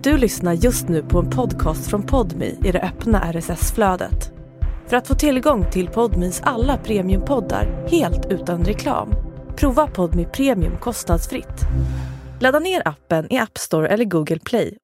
Du lyssnar just nu på en podcast från Podme i det öppna RSS-flödet. För att få tillgång till Podmes alla premiumpoddar helt utan reklam, prova Podme Premium kostnadsfritt. Ladda ner appen i App Store eller Google Play.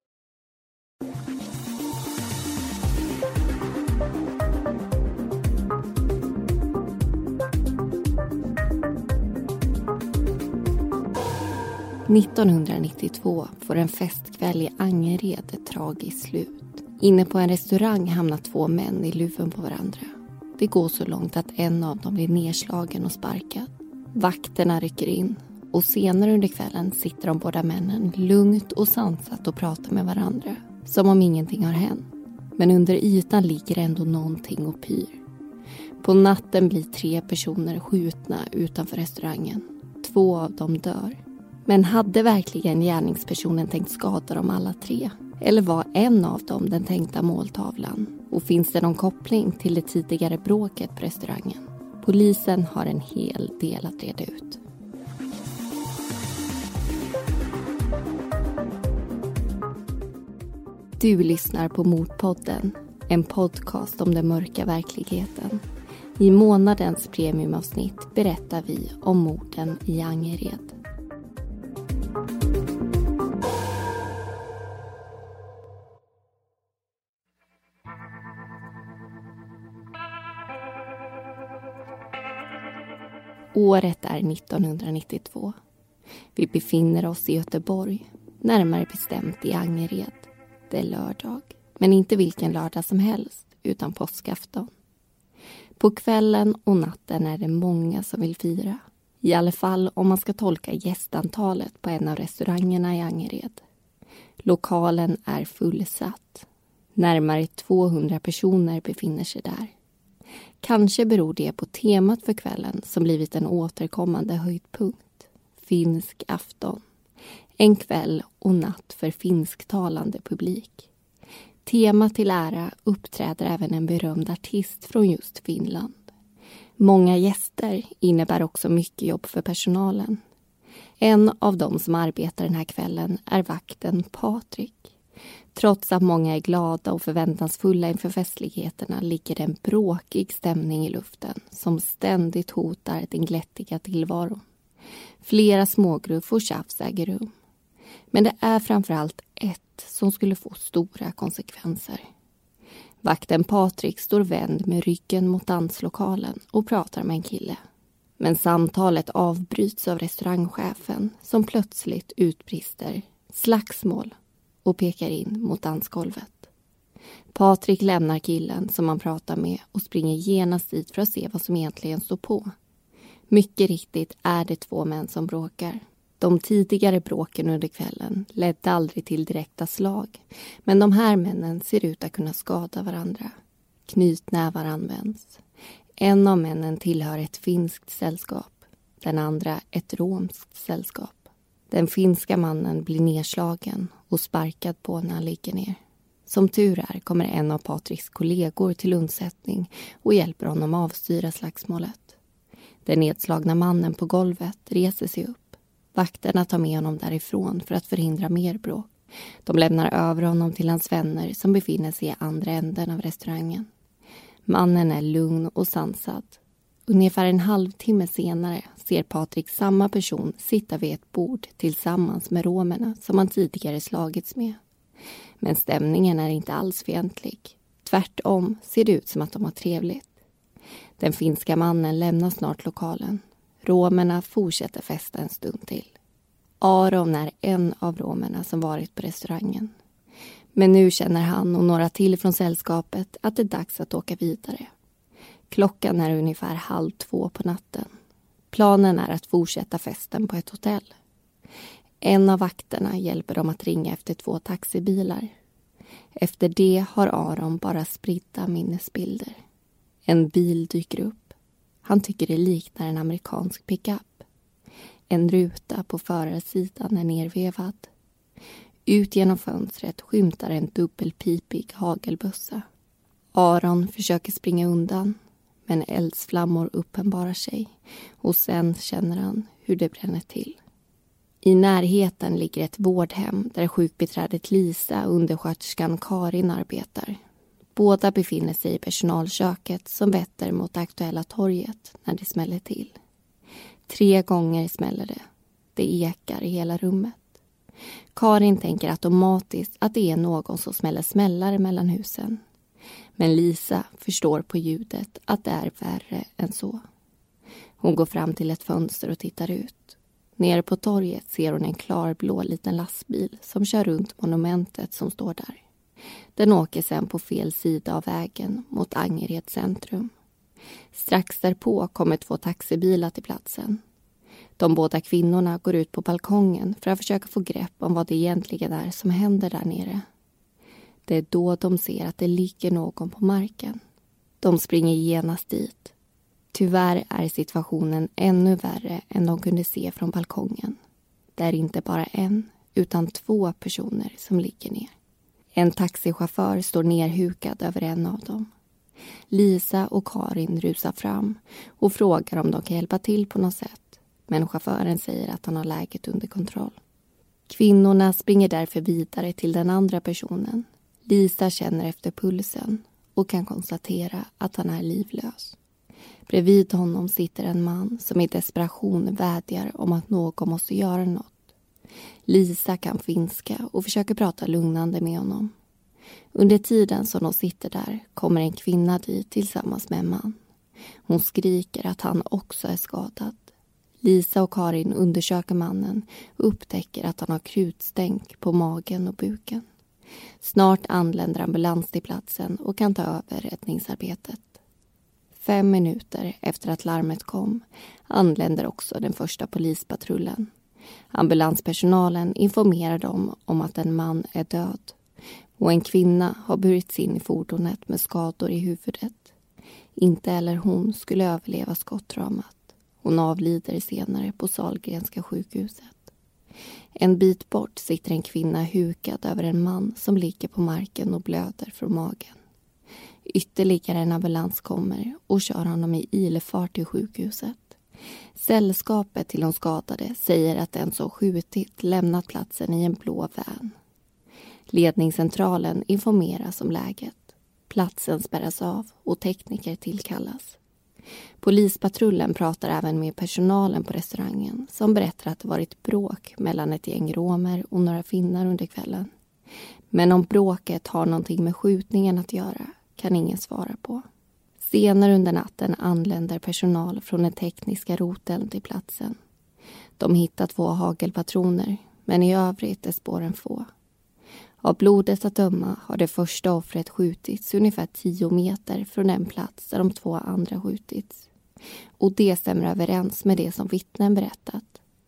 –1992 får en festkväll i Angered ett tragiskt slut. Inne på en restaurang hamnar två män i luven på varandra. Det går så långt att en av dem blir nedslagen och sparkad. Vakterna rycker in och senare under kvällen sitter de båda männen lugnt och sansat och pratar med varandra. Som om ingenting har hänt. Men under ytan ligger ändå någonting och pyr. På natten blir 3 personer skjutna utanför restaurangen. 2 av dem dör. Men hade verkligen gärningspersonen tänkt skada dem alla 3? Eller var en av dem den tänkta måltavlan? Och finns det någon koppling till det tidigare bråket på restaurangen? Polisen har en hel del att reda ut. Du lyssnar på Mordpodden, en podcast om den mörka verkligheten. I månadens premiumavsnitt berättar vi om morden i Angered. Året är 1992. Vi befinner oss i Göteborg, närmare bestämt i Angered. Det är lördag, men inte vilken lördag som helst, utan påskafton. På kvällen och natten är det många som vill fira. I alla fall om man ska tolka gästantalet på en av restaurangerna i Angered. Lokalen är fullsatt. Närmare 200 personer befinner sig där. Kanske beror det på temat för kvällen som blivit en återkommande höjdpunkt. Finsk afton. En kväll och natt för finsktalande publik. Tema till ära uppträder även en berömd artist från just Finland. Många gäster innebär också mycket jobb för personalen. En av dem som arbetar den här kvällen är vakten Patrik. Trots att många är glada och förväntansfulla inför festligheterna ligger det en bråkig stämning i luften som ständigt hotar den glättiga tillvaron. Flera smågruff och tjafs äger rum. Men det är framförallt ett som skulle få stora konsekvenser. Vakten Patrik står vänd med ryggen mot danslokalen och pratar med en kille. Men samtalet avbryts av restaurangchefen som plötsligt utbrister slagsmål och pekar in mot dansgolvet. Patrik lämnar killen som han pratar med och springer genast dit för att se vad som egentligen står på. Mycket riktigt är det 2 män som bråkar. De tidigare bråken under kvällen ledde aldrig till direkta slag, men de här männen ser ut att kunna skada varandra. Knytnävar används. En av männen tillhör ett finskt sällskap, den andra ett romskt sällskap. Den finska mannen blir nedslagen och sparkad på när han ligger ner. Som tur är kommer en av Patriks kollegor till undsättning och hjälper honom avstyra slagsmålet. Den nedslagna mannen på golvet reser sig upp. Vakterna tar med honom därifrån för att förhindra mer bråk. De lämnar över honom till hans vänner som befinner sig i andra änden av restaurangen. Mannen är lugn och sansad. Ungefär en halvtimme senare ser Patrik samma person sitta vid ett bord tillsammans med romerna som han tidigare slagits med. Men stämningen är inte alls fientlig. Tvärtom ser det ut som att de har trevligt. Den finska mannen lämnar snart lokalen. Romerna fortsätter festa en stund till. Aron är en av romerna som varit på restaurangen. Men nu känner han och några till från sällskapet att det är dags att åka vidare. Klockan är ungefär 1:30 på natten. Planen är att fortsätta festen på ett hotell. En av vakterna hjälper dem att ringa efter 2 taxibilar. Efter det har Aron bara spridda minnesbilder. En bil dyker upp. Han tycker det liknar en amerikansk pickup. En ruta på förarsidan är nervevad. Ut genom fönstret skymtar en dubbelpipig hagelbössa. Aron försöker springa undan, men eldsflammor uppenbarar sig och sen känner han hur det bränner till. I närheten ligger ett vårdhem där sjukbiträdet Lisa och undersköterskan Karin arbetar. Båda befinner sig i personalköket som vetter mot det aktuella torget när det smäller till. 3 gånger smäller det. Det ekar i hela rummet. Karin tänker automatiskt att det är någon som smäller smällare mellan husen. Men Lisa förstår på ljudet att det är värre än så. Hon går fram till ett fönster och tittar ut. Nere på torget ser hon en klarblå liten lastbil som kör runt monumentet som står där. Den åker sedan på fel sida av vägen mot Angereds centrum. Strax därpå kommer 2 taxibilar till platsen. De båda kvinnorna går ut på balkongen för att försöka få grepp om vad det egentligen är som händer där nere. Det är då de ser att det ligger någon på marken. De springer genast dit. Tyvärr är situationen ännu värre än de kunde se från balkongen. Det är inte bara en, utan 2 personer som ligger ner. En taxichaufför står nerhukad över en av dem. Lisa och Karin rusar fram och frågar om de kan hjälpa till på något sätt. Men chauffören säger att han har läget under kontroll. Kvinnorna springer därför vidare till den andra personen. Lisa känner efter pulsen och kan konstatera att han är livlös. Bredvid honom sitter en man som i desperation vädjar om att någon måste göra något. Lisa kan finska och försöker prata lugnande med honom. Under tiden som de sitter där kommer en kvinna dit tillsammans med en man. Hon skriker att han också är skadad. Lisa och Karin undersöker mannen och upptäcker att han har krutstänk på magen och buken. Snart anländer ambulans till platsen och kan ta över räddningsarbetet. 5 minuter efter att larmet kom anländer också den första polispatrullen. Ambulanspersonalen informerar dem om att en man är död och en kvinna har burits in i fordonet med skador i huvudet. Inte heller hon skulle överleva skottdramat. Hon avlider senare på Sahlgrenska sjukhuset. En bit bort sitter en kvinna hukad över en man som ligger på marken och blöder från magen. Ytterligare en ambulans kommer och kör honom i ilfart till sjukhuset. Sällskapet till de skadade säger att den som skjutit lämnat platsen i en blå van. Ledningscentralen informeras om läget. Platsen spärras av och tekniker tillkallas. Polispatrullen pratar även med personalen på restaurangen som berättar att det varit bråk mellan ett gäng romer och några finnar under kvällen. Men om bråket har någonting med skjutningen att göra kan ingen svara på. Senare under natten anländer personal från den tekniska roteln till platsen. De hittar 2 hagelpatroner, men i övrigt är spåren få. Av blodet att döma har det första offret skjutits ungefär 10 meter från den plats där de 2 andra skjutits. Och det stämmer överens med det som vittnen berättat.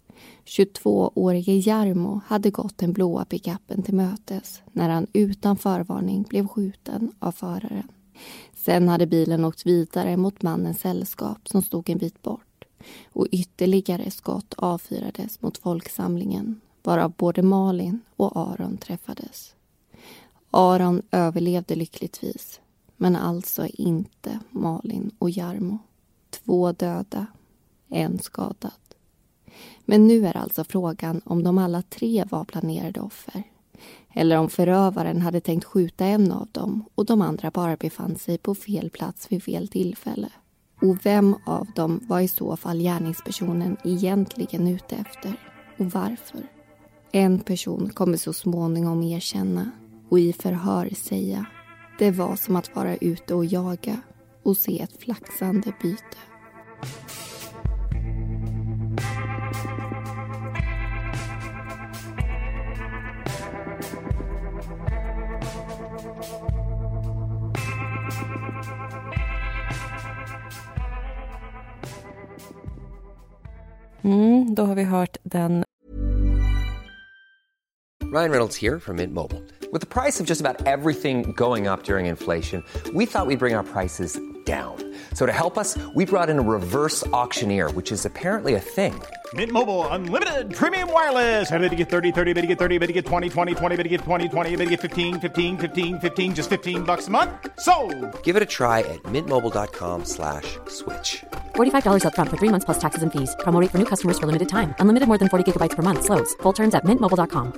22-årige Jarmo hade gått den blåa pickuppen till mötes när han utan förvarning blev skjuten av föraren. Sen hade bilen åkt vidare mot mannens sällskap som stod en bit bort. Och ytterligare skott avfyrades mot folksamlingen, varav både Malin och Aron träffades. Aron överlevde lyckligtvis, men alltså inte Malin och Jarmo. 2 döda, 1 skadad. Men nu är alltså frågan om de alla 3 var planerade offer. Eller om förövaren hade tänkt skjuta en av dem och de andra bara befann sig på fel plats vid fel tillfälle. Och vem av dem var i så fall gärningspersonen egentligen ute efter? Och varför? En person kommer så småningom erkänna och i förhör säga: det var som att vara ute och jaga och se ett flaxande byte. Då har vi hört den. Ryan Reynolds here from Mint Mobile. With the price of just about everything going up during inflation, we thought we'd bring our prices down. So to help us, we brought in a reverse auctioneer, which is apparently a thing. Mint Mobile Unlimited Premium Wireless. How to get 30, 30, bit to get 30, bit to get 20, 20, 20, bit to get 20, 20, bit to get 15, 15, 15, 15, just $15 a month? Sold! Give it a try at mintmobile.com/switch. $45 up front for 3 months plus taxes and fees. Promo rate for new customers for limited time. Unlimited more than 40 gigabytes per month. Slows full terms at mintmobile.com.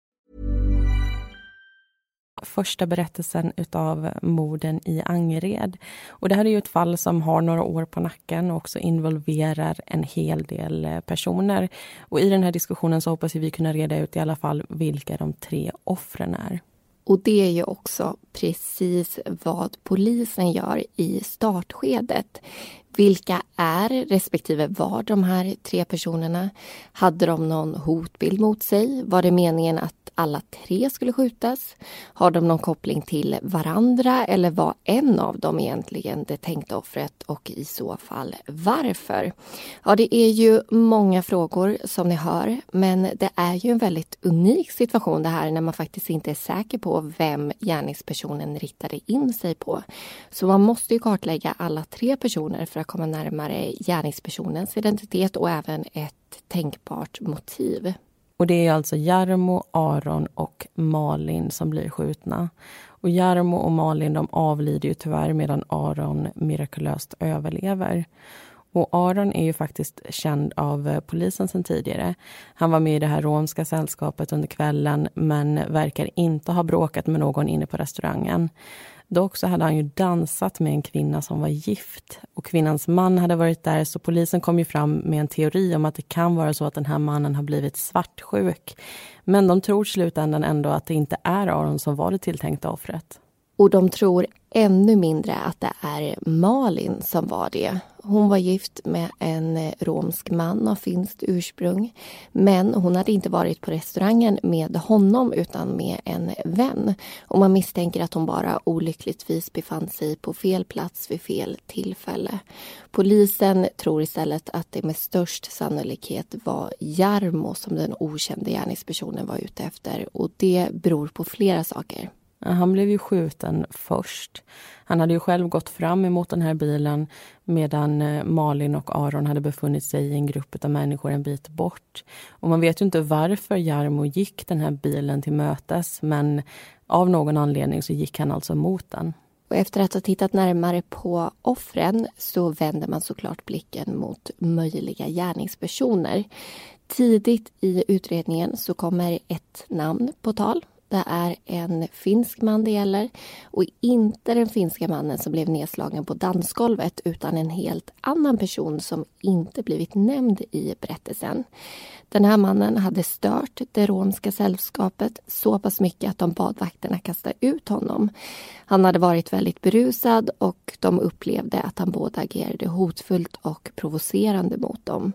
Första berättelsen utav morden i Angered. Och det här är ju ett fall som har några år på nacken och också involverar en hel del personer. Och i den här diskussionen så hoppas vi kunna reda ut i alla fall vilka de 3 offren är. Och det är ju också precis vad polisen gör i startskedet. Vilka är respektive var de här 3 personerna? Hade de någon hotbild mot sig? Var det meningen att alla 3 skulle skjutas? Har de någon koppling till varandra eller var en av dem egentligen det tänkta offret och i så fall varför? Ja, det är ju många frågor som ni hör, men det är ju en väldigt unik situation det här när man faktiskt inte är säker på vem gärningspersonen riktade in sig på. Så man måste ju kartlägga alla 3 personer för att komma närmare gärningspersonens identitet och även ett tänkbart motiv. Och det är alltså Jarmo, Aron och Malin som blir skjutna. Och Jarmo och Malin de avlider ju tyvärr medan Aron mirakulöst överlever. Och Aron är ju faktiskt känd av polisen sedan tidigare. Han var med i det här romska sällskapet under kvällen men verkar inte ha bråkat med någon inne på restaurangen. Dock så hade han ju dansat med en kvinna som var gift och kvinnans man hade varit där, så polisen kom ju fram med en teori om att det kan vara så att den här mannen har blivit svartsjuk. Men de tror i slutändan ändå att det inte är Aron som var det tilltänkta offret. Och de tror ännu mindre att det är Malin som var det. Hon var gift med en romsk man av finskt ursprung. Men hon hade inte varit på restaurangen med honom utan med en vän. Och man misstänker att hon bara olyckligtvis befann sig på fel plats vid fel tillfälle. Polisen tror istället att det med störst sannolikhet var Jarmo som den okände gärningspersonen var ute efter. Och det beror på flera saker. Han blev ju skjuten först. Han hade ju själv gått fram emot den här bilen medan Malin och Aron hade befunnit sig i en grupp av människor en bit bort. Och man vet ju inte varför Jarmo gick den här bilen till mötes, men av någon anledning så gick han alltså mot den. Och efter att ha tittat närmare på offren så vänder man såklart blicken mot möjliga gärningspersoner. Tidigt i utredningen så kommer ett namn på tal. Det är en finsk man det gäller och inte den finska mannen som blev nedslagen på dansgolvet utan en helt annan person som inte blivit nämnd i berättelsen. Den här mannen hade stört det romska sällskapet så pass mycket att de bad vakterna kasta ut honom. Han hade varit väldigt berusad och de upplevde att han både agerade hotfullt och provocerande mot dem.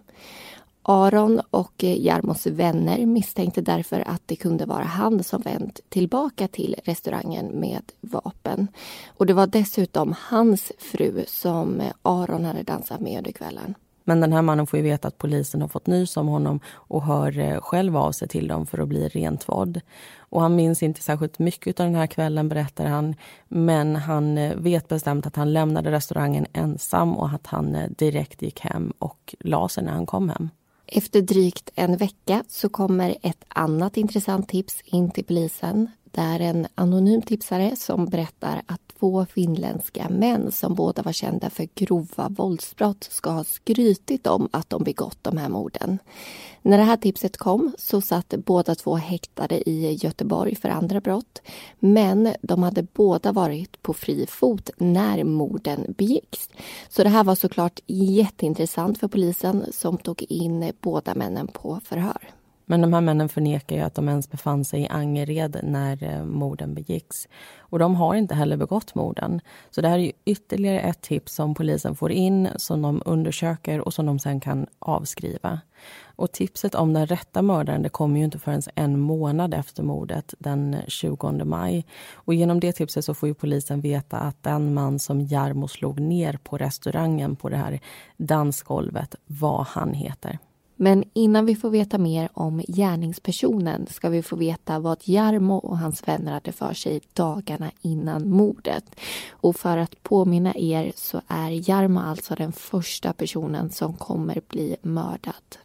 Aron och Jarmos vänner misstänkte därför att det kunde vara han som vänt tillbaka till restaurangen med vapen. Och det var dessutom hans fru som Aron hade dansat med under kvällen. Men den här mannen får ju veta att polisen har fått nys om honom och hör själv av sig till dem för att bli rentvådd. Och han minns inte särskilt mycket av den här kvällen, berättar han. Men han vet bestämt att han lämnade restaurangen ensam och att han direkt gick hem och la sig när han kom hem. Efter drygt en vecka så kommer ett annat intressant tips in till polisen. Det är en anonym tipsare som berättar att 2 finländska män som båda var kända för grova våldsbrott ska ha skrytit om att de begått de här morden. När det här tipset kom så satt båda 2 häktade i Göteborg för andra brott. Men de hade båda varit på fri fot när morden begicks. Så det här var såklart jätteintressant för polisen som tog in båda männen på förhör. Men de här männen förnekar ju att de ens befann sig i Angered när morden begicks. Och de har inte heller begått morden. Så det här är ju ytterligare ett tips som polisen får in, som de undersöker och som de sen kan avskriva. Och tipset om den rätta mördaren det kommer ju inte förrän en månad efter mordet den 20 maj. Och genom det tipset så får ju polisen veta att den man som Jarmo slog ner på restaurangen på det här dansgolvet, vad han heter. Men innan vi får veta mer om gärningspersonen ska vi få veta vad Jarmo och hans vänner hade för sig dagarna innan mordet. Och för att påminna er så är Jarmo alltså den första personen som kommer bli mördad.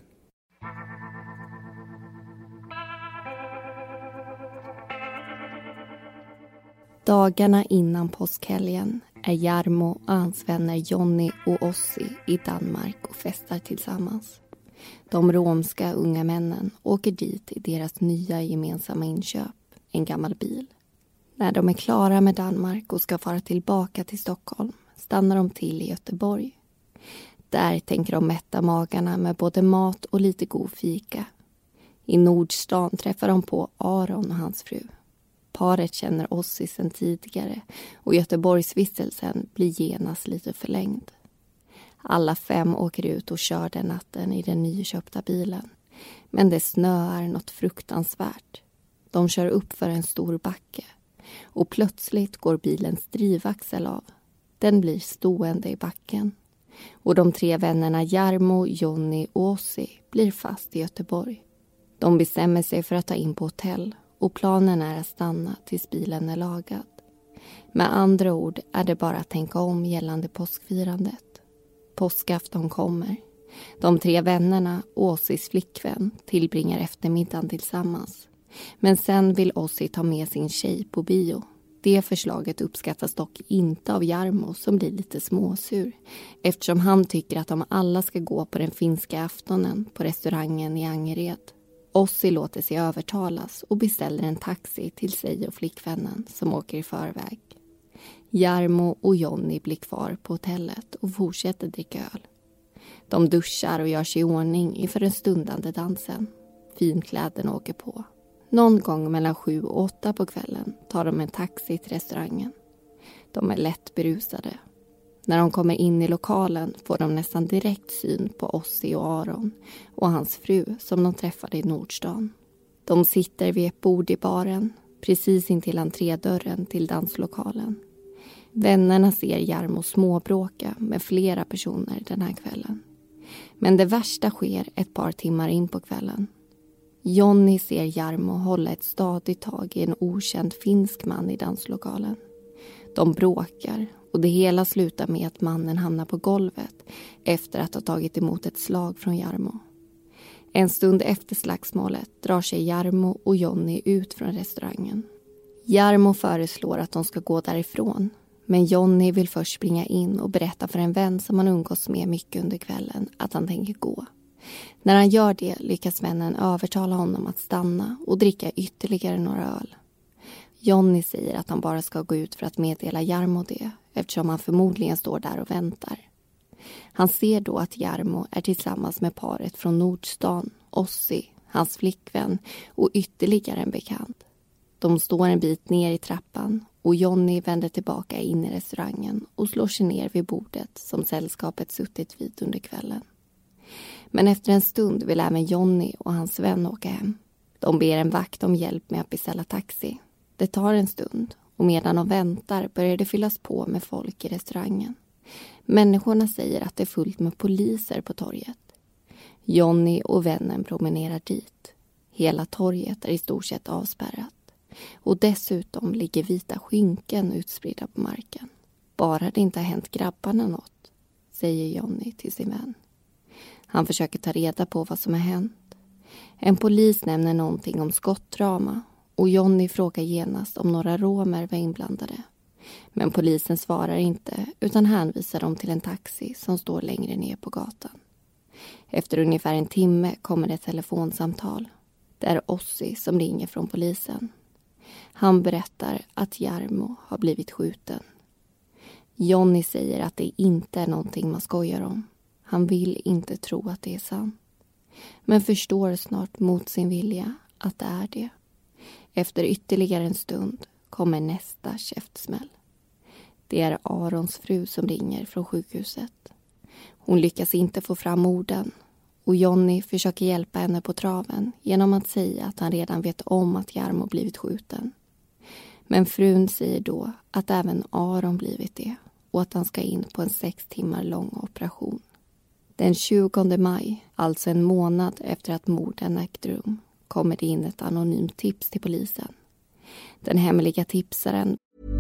Dagarna innan påskhelgen är Jarmo och hans vänner Johnny och Ossi i Danmark och festar tillsammans. De romska unga männen åker dit i deras nya gemensamma inköp, en gammal bil. När de är klara med Danmark och ska fara tillbaka till Stockholm stannar de till i Göteborg. Där tänker de mätta magarna med både mat och lite god fika. I Nordstan träffar de på Aron och hans fru. Paret känner Ossi sedan tidigare och Göteborgsvistelsen blir genast lite förlängd. Alla 5 åker ut och kör den natten i den nyköpta bilen. Men det snöar något fruktansvärt. De kör upp för en stor backe och plötsligt går bilens drivaxel av. Den blir stående i backen. Och de 3 vännerna Jarmo, Johnny och Ossi blir fast i Göteborg. De bestämmer sig för att ta in på hotell och planen är att stanna tills bilen är lagad. Med andra ord är det bara att tänka om gällande påskfirandet. Påskafton kommer. De 3 vännerna och Ossis flickvän tillbringar eftermiddagen tillsammans. Men sen vill Ossi ta med sin tjej på bio. Det förslaget uppskattas dock inte av Jarmo som blir lite småsur. Eftersom han tycker att de alla ska gå på den finska aftonen på restaurangen i Angered. Ossi låter sig övertalas och beställer en taxi till sig och flickvännen som åker i förväg. Jarmo och Johnny blir kvar på hotellet och fortsätter dricka öl. De duschar och gör sig i ordning inför den stundande dansen. Finkläderna åker på. Någon gång mellan 7 och 8 på kvällen tar de en taxi till restaurangen. De är lätt berusade. När de kommer in i lokalen får de nästan direkt syn på Ossi och Aron och hans fru som de träffade i Nordstan. De sitter vid ett bord i baren, precis intill entrédörren till danslokalen. Vännerna ser Jarmo småbråka med flera personer den här kvällen. Men det värsta sker ett par timmar in på kvällen. Johnny ser Jarmo hålla ett stadigt tag i en okänd finsk man i danslokalen. De bråkar och det hela slutar med att mannen hamnar på golvet efter att ha tagit emot ett slag från Jarmo. En stund efter slagsmålet drar sig Jarmo och Johnny ut från restaurangen. Jarmo föreslår att de ska gå därifrån. Men Johnny vill först springa in och berätta för en vän som han umgås med mycket under kvällen att han tänker gå. När han gör det lyckas vännen övertala honom att stanna och dricka ytterligare några öl. Johnny säger att han bara ska gå ut för att meddela Jarmo det eftersom han förmodligen står där och väntar. Han ser då att Jarmo är tillsammans med paret från Nordstan, Ossi, hans flickvän och ytterligare en bekant. De står en bit ner i trappan och Johnny vänder tillbaka in i restaurangen och slår sig ner vid bordet som sällskapet suttit vid under kvällen. Men efter en stund vill även Johnny och hans vän åka hem. De ber en vakt om hjälp med att beställa taxi. Det tar en stund och medan de väntar börjar det fyllas på med folk i restaurangen. Människorna säger att det är fullt med poliser på torget. Johnny och vännen promenerar dit. Hela torget är i stort sett avspärrat. Och dessutom ligger vita skynken utspridda på marken. Bara det inte har hänt grabbarna något, säger Johnny till sin vän. Han försöker ta reda på vad som har hänt. En polis nämner någonting om skottdrama och Johnny frågar genast om några romer var inblandade. Men polisen svarar inte utan hänvisar dem till en taxi som står längre ner på gatan. Efter ungefär en timme kommer ett telefonsamtal. Det är Ossi som ringer från polisen. Han berättar att Jarmo har blivit skjuten. Johnny säger att det inte är någonting man skojar om. Han vill inte tro att det är sant. Men förstår snart mot sin vilja att det är det. Efter ytterligare en stund kommer nästa käftsmäll. Det är Arons fru som ringer från sjukhuset. Hon lyckas inte få fram orden. Och Johnny försöker hjälpa henne på traven genom att säga att han redan vet om att Jarmo blivit skjuten. Men frun säger då att även Aron blivit det och att han ska in på en 6 timmar lång operation. Den 20 maj, alltså en månad efter att morden ägt rum, kommer det in ett anonymt tips till polisen. Den hemliga tipsaren...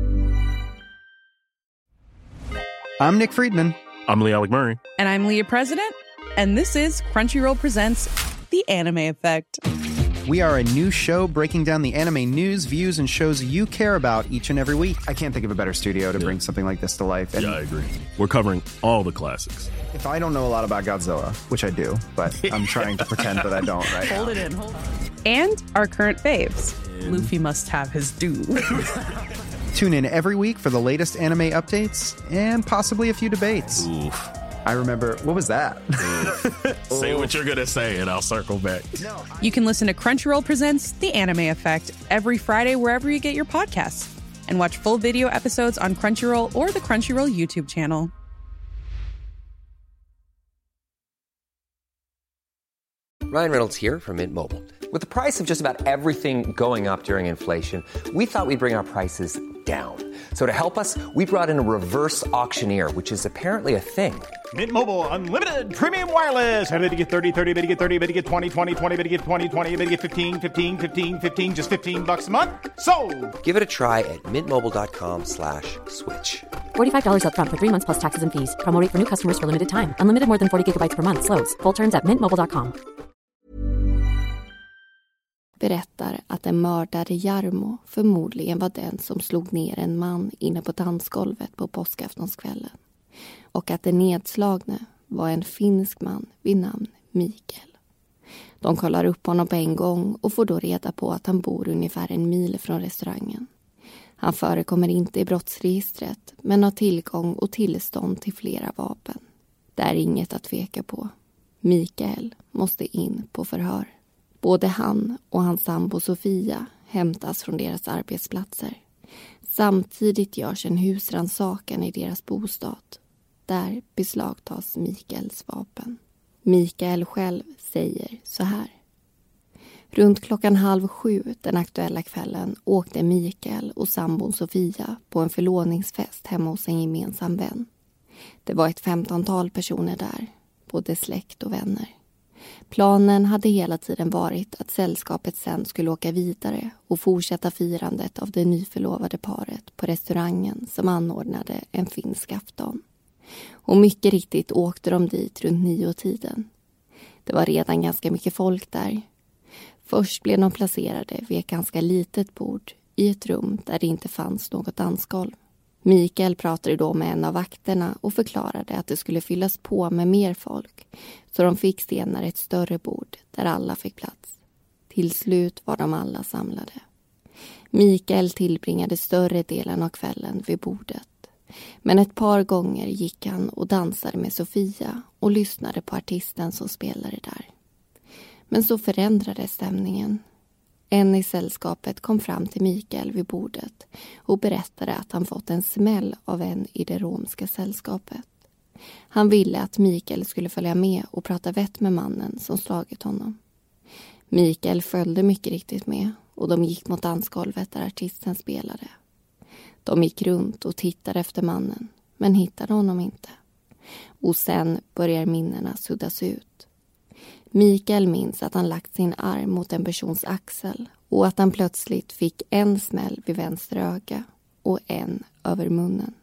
I'm Nick Friedman. I'm Lee Alec Murray. And I'm Leah President. And this is Crunchyroll Presents The Anime Effect. We are a new show breaking down the anime news, views, and shows you care about each and every week. I can't think of a better studio to bring something like this to life. And yeah, I agree. We're covering all the classics. If I don't know a lot about Godzilla, which I do, but I'm trying to pretend that I don't right now. Hold it in, hold on. And our current faves. Luffy must have his due. Tune in every week for the latest anime updates and possibly a few debates. Oof. I remember, what was that? Say what you're going to say and I'll circle back. You can listen to Crunchyroll Presents The Anime Effect every Friday wherever you get your podcasts. And watch full video episodes on Crunchyroll or the Crunchyroll YouTube channel. Ryan Reynolds here from Mint Mobile. With the price of just about everything going up during inflation, we thought we'd bring our prices down. So to help us, we brought in a reverse auctioneer, which is apparently a thing. Mint Mobile Unlimited Premium Wireless. How to get 30, 30, bit to get 30, bit to get 20, 20, 20, bit to get 20, 20, bit to get 15, 15, 15, 15, just $15 a month? Sold! Give it a try at mintmobile.com/switch. $45 up front for 3 months plus taxes and fees. Promo rate for new customers for limited time. Unlimited more than 40 gigabytes per month. Slows full terms at mintmobile.com. berättar att den mördade Jarmo förmodligen var den som slog ner en man inne på dansgolvet på påskaftonskvällen. Och att den nedslagne var en finsk man vid namn Mikael. De kollar upp honom på en gång och får då reda på att han bor ungefär 1 mil från restaurangen. Han förekommer inte i brottsregistret men har tillgång och tillstånd till flera vapen. Det är inget att tveka på. Mikael måste in på förhör. Både han och hans sambo Sofia hämtas från deras arbetsplatser. Samtidigt görs en husrannsakan i deras bostad. Där beslagtas Mikaels vapen. Mikael själv säger så här. Runt 6:30 den aktuella kvällen åkte Mikael och sambon Sofia på en förlovningsfest hemma hos en gemensam vän. Det var ett 15-tal personer där, både släkt och vänner. Planen hade hela tiden varit att sällskapet sen skulle åka vidare och fortsätta firandet av det nyförlovade paret på restaurangen som anordnade en finsk afton. Och mycket riktigt åkte de dit runt 9-tiden. Det var redan ganska mycket folk där. Först blev de placerade vid ett ganska litet bord i ett rum där det inte fanns något dansgolv. Mikael pratade då med en av vakterna och förklarade att det skulle fyllas på med mer folk, så de fick senare ett större bord där alla fick plats. Till slut var de alla samlade. Mikael tillbringade större delen av kvällen vid bordet. Men ett par gånger gick han och dansade med Sofia och lyssnade på artisten som spelade där. Men så förändrades stämningen. En i sällskapet kom fram till Mikael vid bordet och berättade att han fått en smäll av en i det romska sällskapet. Han ville att Mikael skulle följa med och prata vett med mannen som slagit honom. Mikael följde mycket riktigt med och de gick mot dansgolvet där artisten spelade. De gick runt och tittade efter mannen, men hittade honom inte. Och sen börjar minnena suddas ut. Mikael minns att han lagt sin arm mot en persons axel och att han plötsligt fick en smäll vid vänster öga och en över munnen.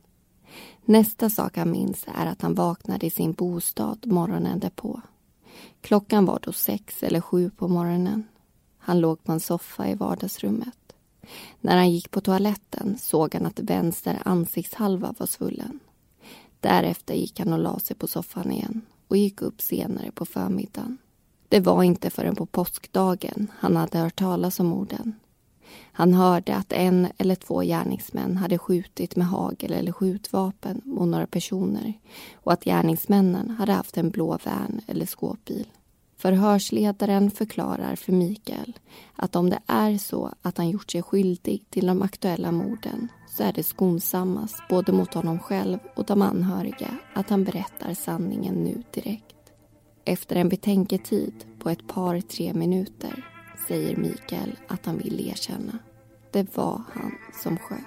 Nästa sak han minns är att han vaknade i sin bostad morgonen därpå. Klockan var då 6 eller 7 på morgonen. Han låg på en soffa i vardagsrummet. När han gick på toaletten såg han att vänster ansiktshalva var svullen. Därefter gick han och la sig på soffan igen och gick upp senare på förmiddagen. Det var inte förrän på påskdagen han hade hört talas om morden. Han hörde att 1 eller 2 gärningsmän hade skjutit med hagel eller skjutvapen mot några personer och att gärningsmännen hade haft en blå van eller skåpbil. Förhörsledaren förklarar för Mikael att om det är så att han gjort sig skyldig till de aktuella morden så är det skonsammast både mot honom själv och de anhöriga att han berättar sanningen nu direkt. Efter en betänketid på ett par 3 minuter säger Mikael att han vill erkänna. Det var han som sköt.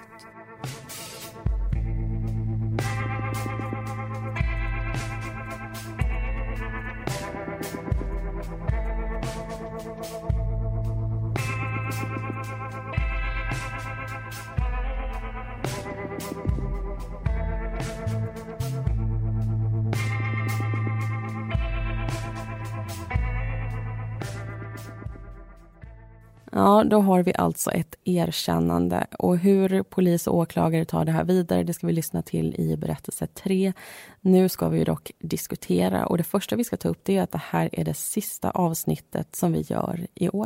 Ja, då har vi alltså ett erkännande. Och hur polis och åklagare tar det här vidare, det ska vi lyssna till i berättelse 3. Nu ska vi dock diskutera, och det första vi ska ta upp det är att det här är det sista avsnittet som vi gör i år.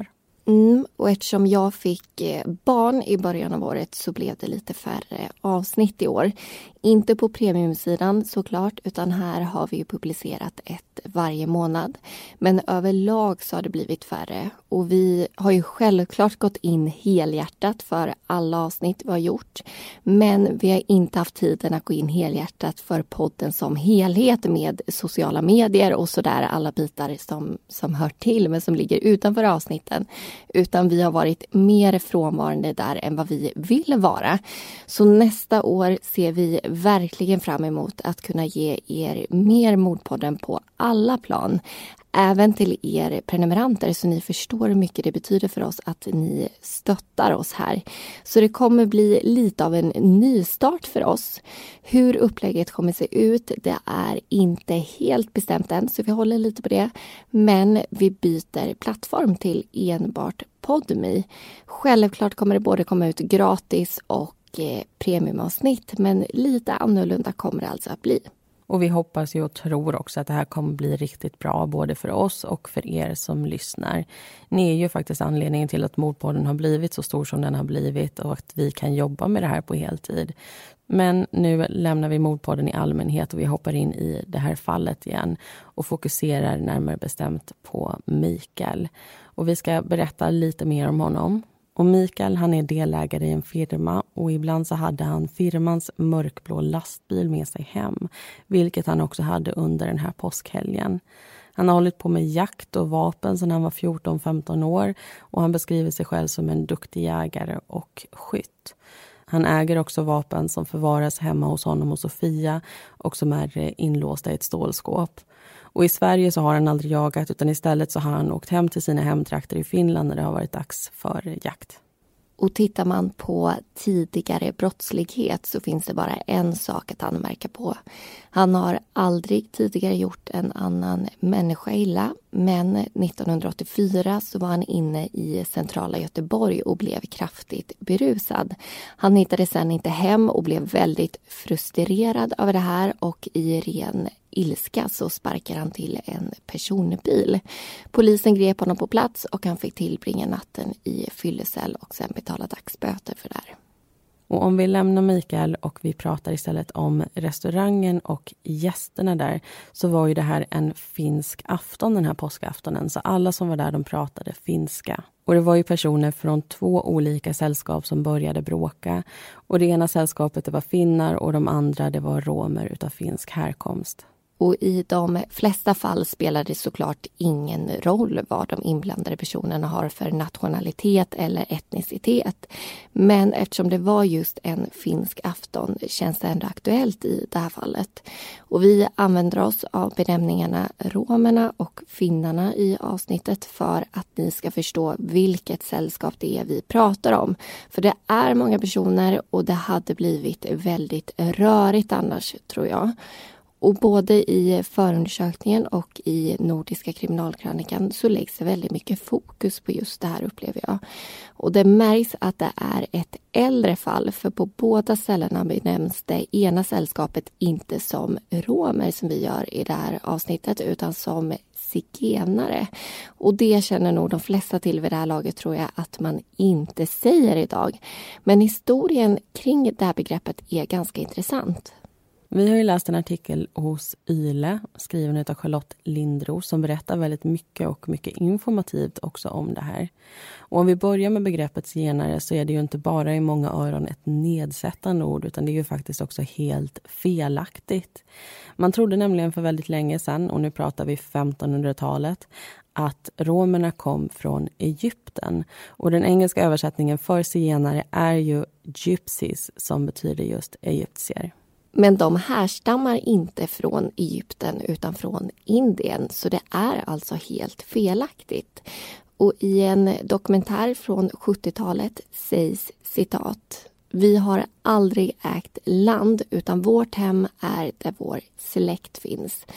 Och eftersom jag fick barn i början av året så blev det lite färre avsnitt i år. Inte på premiumsidan såklart, utan här har vi ju publicerat ett varje månad. Men överlag så har det blivit färre. Och vi har ju självklart gått in helhjärtat för alla avsnitt vi har gjort. Men vi har inte haft tiden att gå in helhjärtat för podden som helhet med sociala medier och sådär, alla bitar som hör till men som ligger utanför avsnitten. Utan vi har varit mer frånvarande där än vad vi vill vara. Så nästa år ser vi verkligen fram emot att kunna ge er mer Mordpodden på alla plan. Även till er prenumeranter, så ni förstår hur mycket det betyder för oss att ni stöttar oss här. Så det kommer bli lite av en nystart för oss. Hur upplägget kommer se ut, det är inte helt bestämt än, så vi håller lite på det. Men vi byter plattform till enbart Podme. Självklart kommer det både komma ut gratis och premiumavsnitt, men lite annorlunda kommer det alltså att bli. Och vi hoppas ju och tror också att det här kommer bli riktigt bra både för oss och för er som lyssnar. Ni är ju faktiskt anledningen till att Mordpodden har blivit så stor som den har blivit och att vi kan jobba med det här på heltid. Men nu lämnar vi Mordpodden i allmänhet och vi hoppar in i det här fallet igen och fokuserar närmare bestämt på Mikael. Och vi ska berätta lite mer om honom. Och Mikael, han är delägare i en firma och ibland så hade han firmans mörkblå lastbil med sig hem. Vilket han också hade under den här påskhelgen. Han har hållit på med jakt och vapen sedan han var 14-15 år och han beskriver sig själv som en duktig jägare och skytt. Han äger också vapen som förvaras hemma hos honom och Sofia och som är inlåsta i ett stålskåp. Och i Sverige så har han aldrig jagat utan istället så har han åkt hem till sina hemtrakter i Finland när det har varit dags för jakt. Och tittar man på tidigare brottslighet så finns det bara en sak att anmärka på. Han har aldrig tidigare gjort en annan människa illa, men 1984 så var han inne i centrala Göteborg och blev kraftigt berusad. Han hittade sedan inte hem och blev väldigt frustrerad över det här och i ren ilska så sparkar han till en personbil. Polisen grep honom på plats och han fick tillbringa natten i fyllecell och sen betala dagsböter för det här. Och om vi lämnar Mikael och vi pratar istället om restaurangen och gästerna där så var ju det här en finsk afton den här påskaftonen så alla som var där de pratade finska. Och det var ju personer från 2 olika sällskap som började bråka och det ena sällskapet det var finnar och de andra det var romer utav finsk härkomst. Och i de flesta fall spelar det såklart ingen roll vad de inblandade personerna har för nationalitet eller etnicitet. Men eftersom det var just en finsk afton känns det ändå aktuellt i det här fallet. Och vi använder oss av benämningarna romerna och finnarna i avsnittet för att ni ska förstå vilket sällskap det är vi pratar om. För det är många personer och det hade blivit väldigt rörigt annars tror jag. Och både i förundersökningen och i Nordiska kriminalkrönikan så läggs det väldigt mycket fokus på just det här upplever jag. Och det märks att det är ett äldre fall för på båda ställena benämns det ena sällskapet inte som romer som vi gör i det här avsnittet utan som zigenare. Och det känner nog de flesta till vid det här laget tror jag att man inte säger idag. Men historien kring det här begreppet är ganska intressant. Vi har ju läst en artikel hos Yle skriven av Charlotte Lindros som berättar väldigt mycket och mycket informativt också om det här. Och om vi börjar med begreppet zigenare så är det ju inte bara i många öron ett nedsättande ord utan det är ju faktiskt också helt felaktigt. Man trodde nämligen för väldigt länge sedan, och nu pratar vi 1500-talet, att romerna kom från Egypten. Och den engelska översättningen för zigenare är ju gypsies som betyder just egyptier. Men de härstammar inte från Egypten utan från Indien så det är alltså helt felaktigt. Och i en dokumentär från 70-talet sägs citat: "Vi har aldrig ägt land utan vårt hem är där vår släkt finns."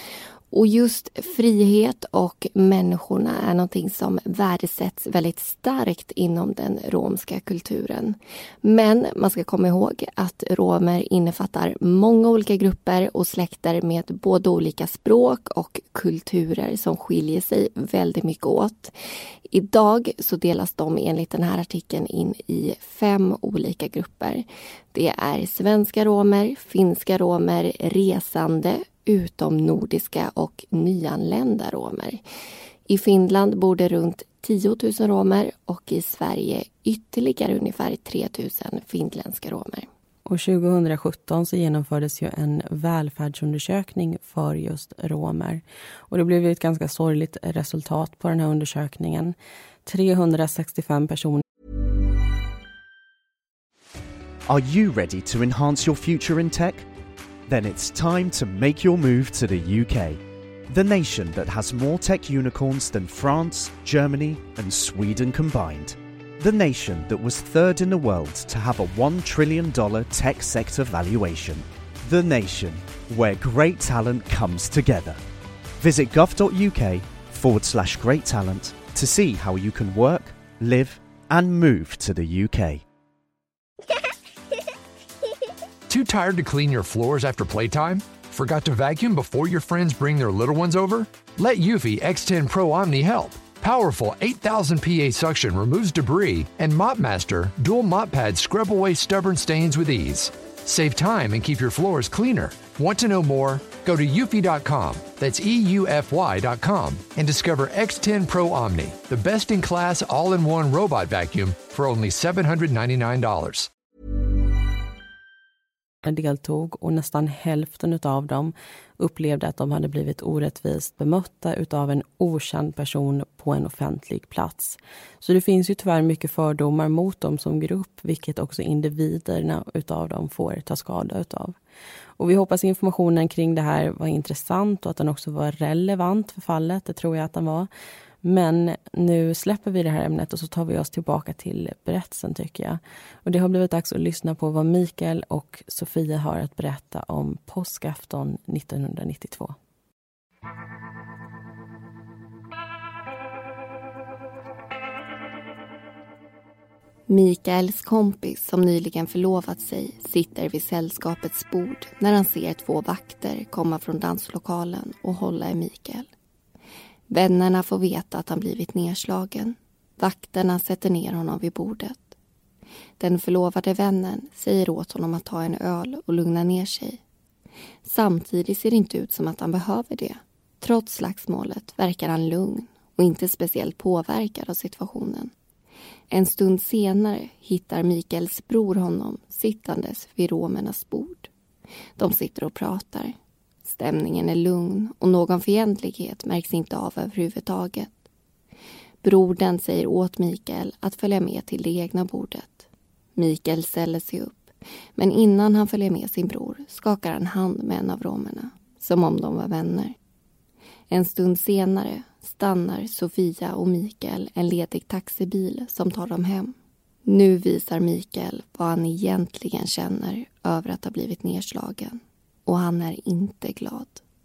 Och just frihet och människorna är någonting som värdesätts väldigt starkt inom den romska kulturen. Men man ska komma ihåg att romer innefattar många olika grupper och släkter med både olika språk och kulturer som skiljer sig väldigt mycket åt. Idag så delas de enligt den här artikeln in i 5 olika grupper. Det är svenska romer, finska romer, resande, utomnordiska och nyanlända romer. I Finland bor det runt 10 000 romer och i Sverige ytterligare ungefär 3 000 finländska romer. Och 2017 så genomfördes ju en välfärdsundersökning för just romer. Och det blev ett ganska sorgligt resultat på den här undersökningen. 365 personer. Are you ready to enhance your future in tech? Then it's time to make your move to the UK, the nation that has more tech unicorns than France, Germany and Sweden combined. The nation that was third in the world to have a $1 trillion tech sector valuation. The nation where great talent comes together. Visit gov.uk/great talent to see how you can work, live and move to the UK. Too tired to clean your floors after playtime? Forgot to vacuum before your friends bring their little ones over? Let Eufy X10 Pro Omni help. Powerful 8,000 PA suction removes debris, and MopMaster dual mop pads scrub away stubborn stains with ease. Save time and keep your floors cleaner. Want to know more? Go to eufy.com, that's EUFY.com, and discover X10 Pro Omni, the best-in-class all-in-one robot vacuum for only $799. Deltog och nästan hälften av dem upplevde att de hade blivit orättvist bemötta utav en okänd person på en offentlig plats. Så det finns ju tyvärr mycket fördomar mot dem som grupp, vilket också individerna utav dem får ta skada utav. Och vi hoppas informationen kring det här var intressant och att den också var relevant för fallet, det tror jag att den var. Men nu släpper vi det här ämnet och så tar vi oss tillbaka till berättelsen tycker jag. Och det har blivit dags att lyssna på vad Mikael och Sofia har att berätta om påskafton 1992. Mikaels kompis som nyligen förlovat sig sitter vid sällskapets bord när han ser 2 vakter komma från danslokalen och hålla i Mikael. Vännerna får veta att han blivit nedslagen. Vakterna sätter ner honom vid bordet. Den förlovade vännen säger åt honom att ta en öl och lugna ner sig. Samtidigt ser det inte ut som att han behöver det. Trots slagsmålet verkar han lugn och inte speciellt påverkad av situationen. En stund senare hittar Mikaels bror honom sittandes vid romernas bord. De sitter och pratar. Stämningen är lugn och någon fientlighet märks inte av överhuvudtaget. Brodern säger åt Mikael att följa med till det egna bordet. Mikael ställer sig upp, men innan han följer med sin bror skakar han hand med en av romerna, som om de var vänner. En stund senare stannar Sofia och Mikael en ledig taxibil som tar dem hem. Nu visar Mikael vad han egentligen känner över att ha blivit nedslagen. Och han är inte glad.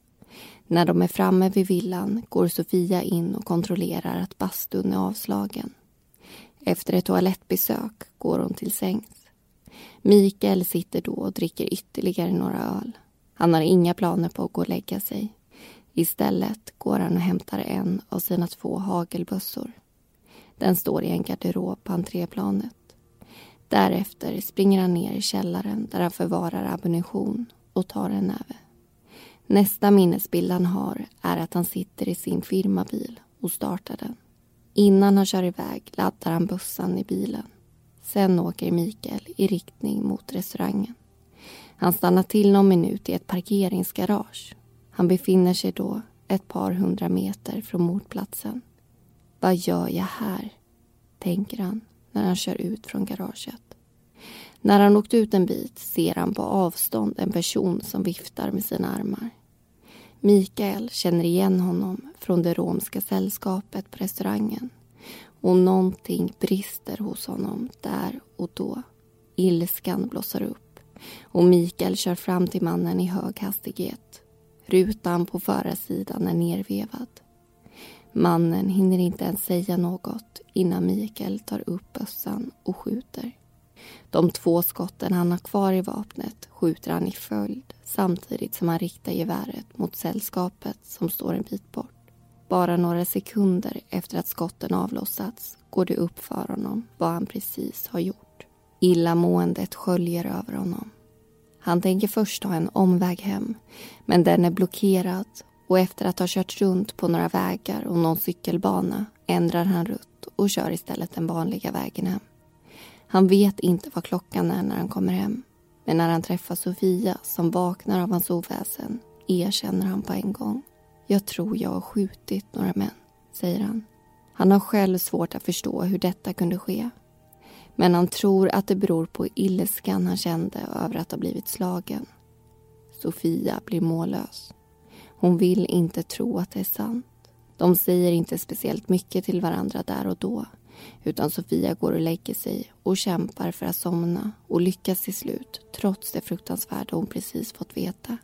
När de är framme vid villan går Sofia in och kontrollerar att bastun är avslagen. Efter ett toalettbesök går hon till sängs. Mikael sitter då och dricker ytterligare några öl. Han har inga planer på att gå och lägga sig. Istället går han och hämtar en av sina 2 hagelbössor. Den står i en garderob på entréplanet. Därefter springer han ner i källaren där han förvarar ammunition och tar en näve. Nästa minnesbild han har är att han sitter i sin firmabil och startar den. Innan han kör iväg laddar han bössan i bilen. Sen åker Mikael i riktning mot restaurangen. Han stannar till någon minut i ett parkeringsgarage. Han befinner sig då ett par 100 meter från mordplatsen. Vad gör jag här? Tänker han när han kör ut från garaget. När han åkt ut en bit ser han på avstånd en person som viftar med sina armar. Mikael känner igen honom från det romska sällskapet på restaurangen. Och någonting brister hos honom där och då. Ilskan blossar upp och Mikael kör fram till mannen i hög hastighet. Rutan på förarsidan är nervevad. Mannen hinner inte ens säga något innan Mikael tar upp bössan och skjuter. De 2 skotten han har kvar i vapnet skjuter han i följd samtidigt som han riktar geväret mot sällskapet som står en bit bort. Bara några sekunder efter att skotten avlossats går det upp för honom vad han precis har gjort. Illamåendet sköljer över honom. Han tänker först ta en omväg hem, men den är blockerad och efter att ha kört runt på några vägar och någon cykelbana ändrar han rutt och kör istället den vanliga vägen hem. Han vet inte vad klockan är när han kommer hem, men när han träffar Sofia som vaknar av hans oväsen erkänner han på en gång. Jag tror jag har skjutit några män, säger han. Han har själv svårt att förstå hur detta kunde ske. Men han tror att det beror på ilskan han kände över att ha blivit slagen. Sofia blir mållös. Hon vill inte tro att det är sant. De säger inte speciellt mycket till varandra där och då. Utan Sofia går och lägger sig och kämpar för att somna och lyckas till slut trots det fruktansvärda hon precis fått veta.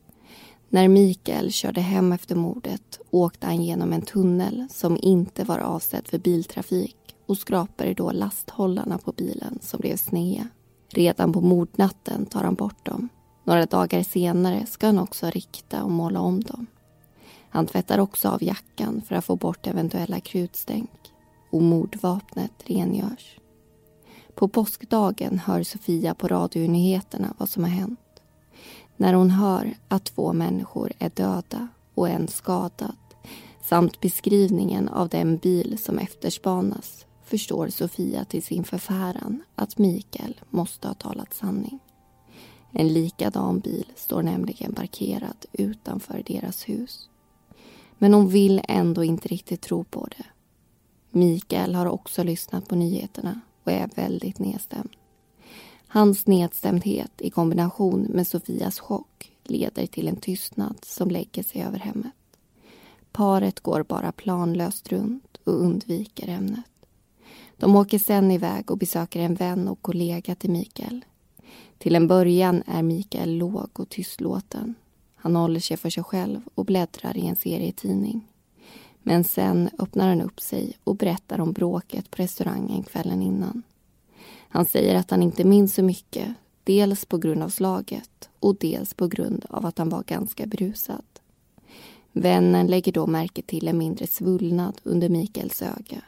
När Mikael körde hem efter mordet åkte han genom en tunnel som inte var avsedd för biltrafik och skrapade då lasthållarna på bilen som blev sneda. Redan på mordnatten tar han bort dem. Några dagar senare ska han också rikta och måla om dem. Han tvättar också av jackan för att få bort eventuella krutstänk och mordvapnet rengörs. På påskdagen hör Sofia på radionyheterna vad som har hänt. När hon hör att 2 människor är döda och en skadad samt beskrivningen av den bil som efterspanas förstår Sofia till sin förfäran att Mikael måste ha talat sanning. En likadan bil står nämligen parkerad utanför deras hus. Men hon vill ändå inte riktigt tro på det. Mikael har också lyssnat på nyheterna och är väldigt nedstämd. Hans nedstämdhet i kombination med Sofias chock leder till en tystnad som lägger sig över hemmet. Paret går bara planlöst runt och undviker ämnet. De åker sedan iväg och besöker en vän och kollega till Mikael. Till en början är Mikael låg och tystlåten. Han håller sig för sig själv och bläddrar i en serietidning. Men sen öppnar han upp sig och berättar om bråket på restaurangen kvällen innan. Han säger att han inte minns så mycket, dels på grund av slaget och dels på grund av att han var ganska berusad. Vännen lägger då märke till en mindre svullnad under Mikaels öga.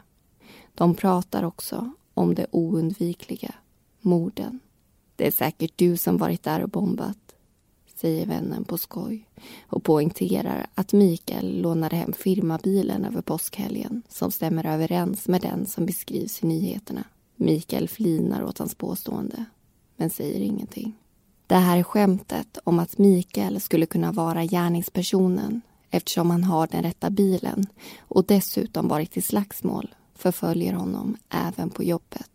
De pratar också om det oundvikliga, morden. Det är säkert du som varit där och bombat, säger vännen på skoj och poängterar att Mikael lånade hem firmabilen över påskhelgen som stämmer överens med den som beskrivs i nyheterna. Mikael flinar åt hans påstående, men säger ingenting. Det här skämtet om att Mikael skulle kunna vara gärningspersonen eftersom han har den rätta bilen och dessutom varit i slagsmål förföljer honom även på jobbet.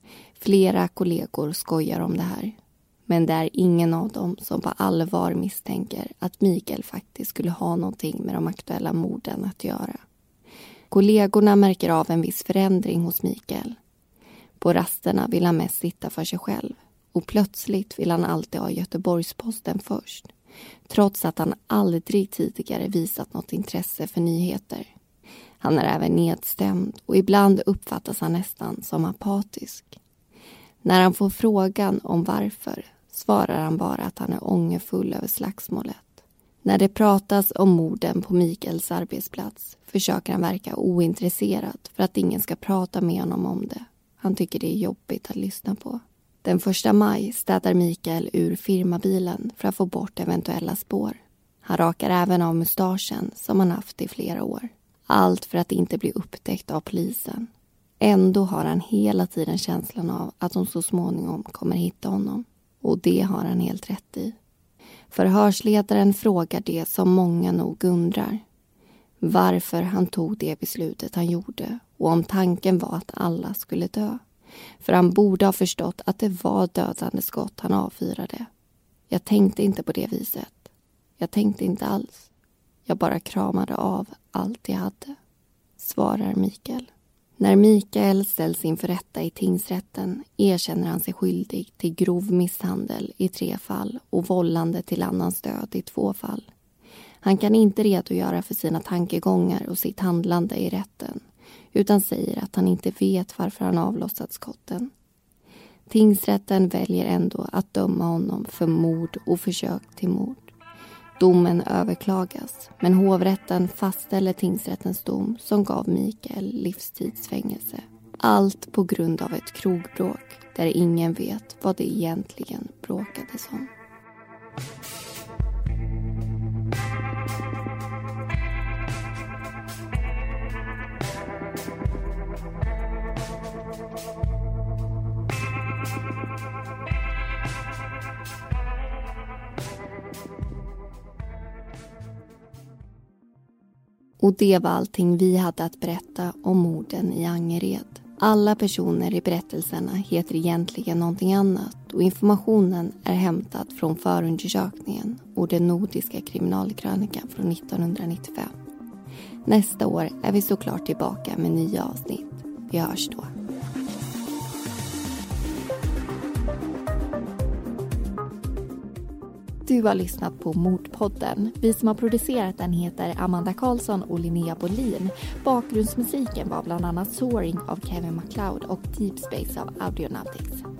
Flera kollegor skojar om det här, men det är ingen av dem som på allvar misstänker att Mikael faktiskt skulle ha någonting med de aktuella morden att göra. Kollegorna märker av en viss förändring hos Mikael. På rasterna vill han mest sitta för sig själv och plötsligt vill han alltid ha Göteborgs-Posten först, trots att han aldrig tidigare visat något intresse för nyheter. Han är även nedstämd och ibland uppfattas han nästan som apatisk. När han får frågan om varför svarar han bara att han är ångerfull över slagsmålet. När det pratas om morden på Mikaels arbetsplats försöker han verka ointresserad för att ingen ska prata med honom om det. Han tycker det är jobbigt att lyssna på. Den 1 maj städar Mikael ur firmabilen för att få bort eventuella spår. Han rakar även av mustaschen som han haft i flera år. Allt för att inte bli upptäckt av polisen. Ändå har han hela tiden känslan av att de så småningom kommer hitta honom. Och det har han helt rätt i. Förhörsledaren frågar det som många nog undrar. Varför han tog det beslutet han gjorde och om tanken var att alla skulle dö. För han borde ha förstått att det var dödande skott han avfyrade. Jag tänkte inte på det viset. Jag tänkte inte alls. Jag bara kramade av allt jag hade, svarar Mikael. När Mikael ställs inför rätta i tingsrätten erkänner han sig skyldig till grov misshandel i 3 fall och vållande till annans död i 2 fall. Han kan inte redogöra för sina tankegångar och sitt handlande i rätten, utan säger att han inte vet varför han avlossat skotten. Tingsrätten väljer ändå att döma honom för mord och försök till mord. Domen överklagas, men hovrätten fastställer tingsrättens dom som gav Mikael livstidsfängelse. Allt på grund av ett krogbråk där ingen vet vad det egentligen bråkades om. Och det var allting vi hade att berätta om morden i Angered. Alla personer i berättelserna heter egentligen någonting annat och informationen är hämtad från förundersökningen och den nordiska kriminalkrönikan från 1995. Nästa år är vi såklart tillbaka med nya avsnitt. Vi hörs då. Du har lyssnat på Mordpodden. Vi som har producerat den heter Amanda Karlsson och Linnea Bolin. Bakgrundsmusiken var bland annat Soaring av Kevin MacLeod och Deep Space av Audionautics.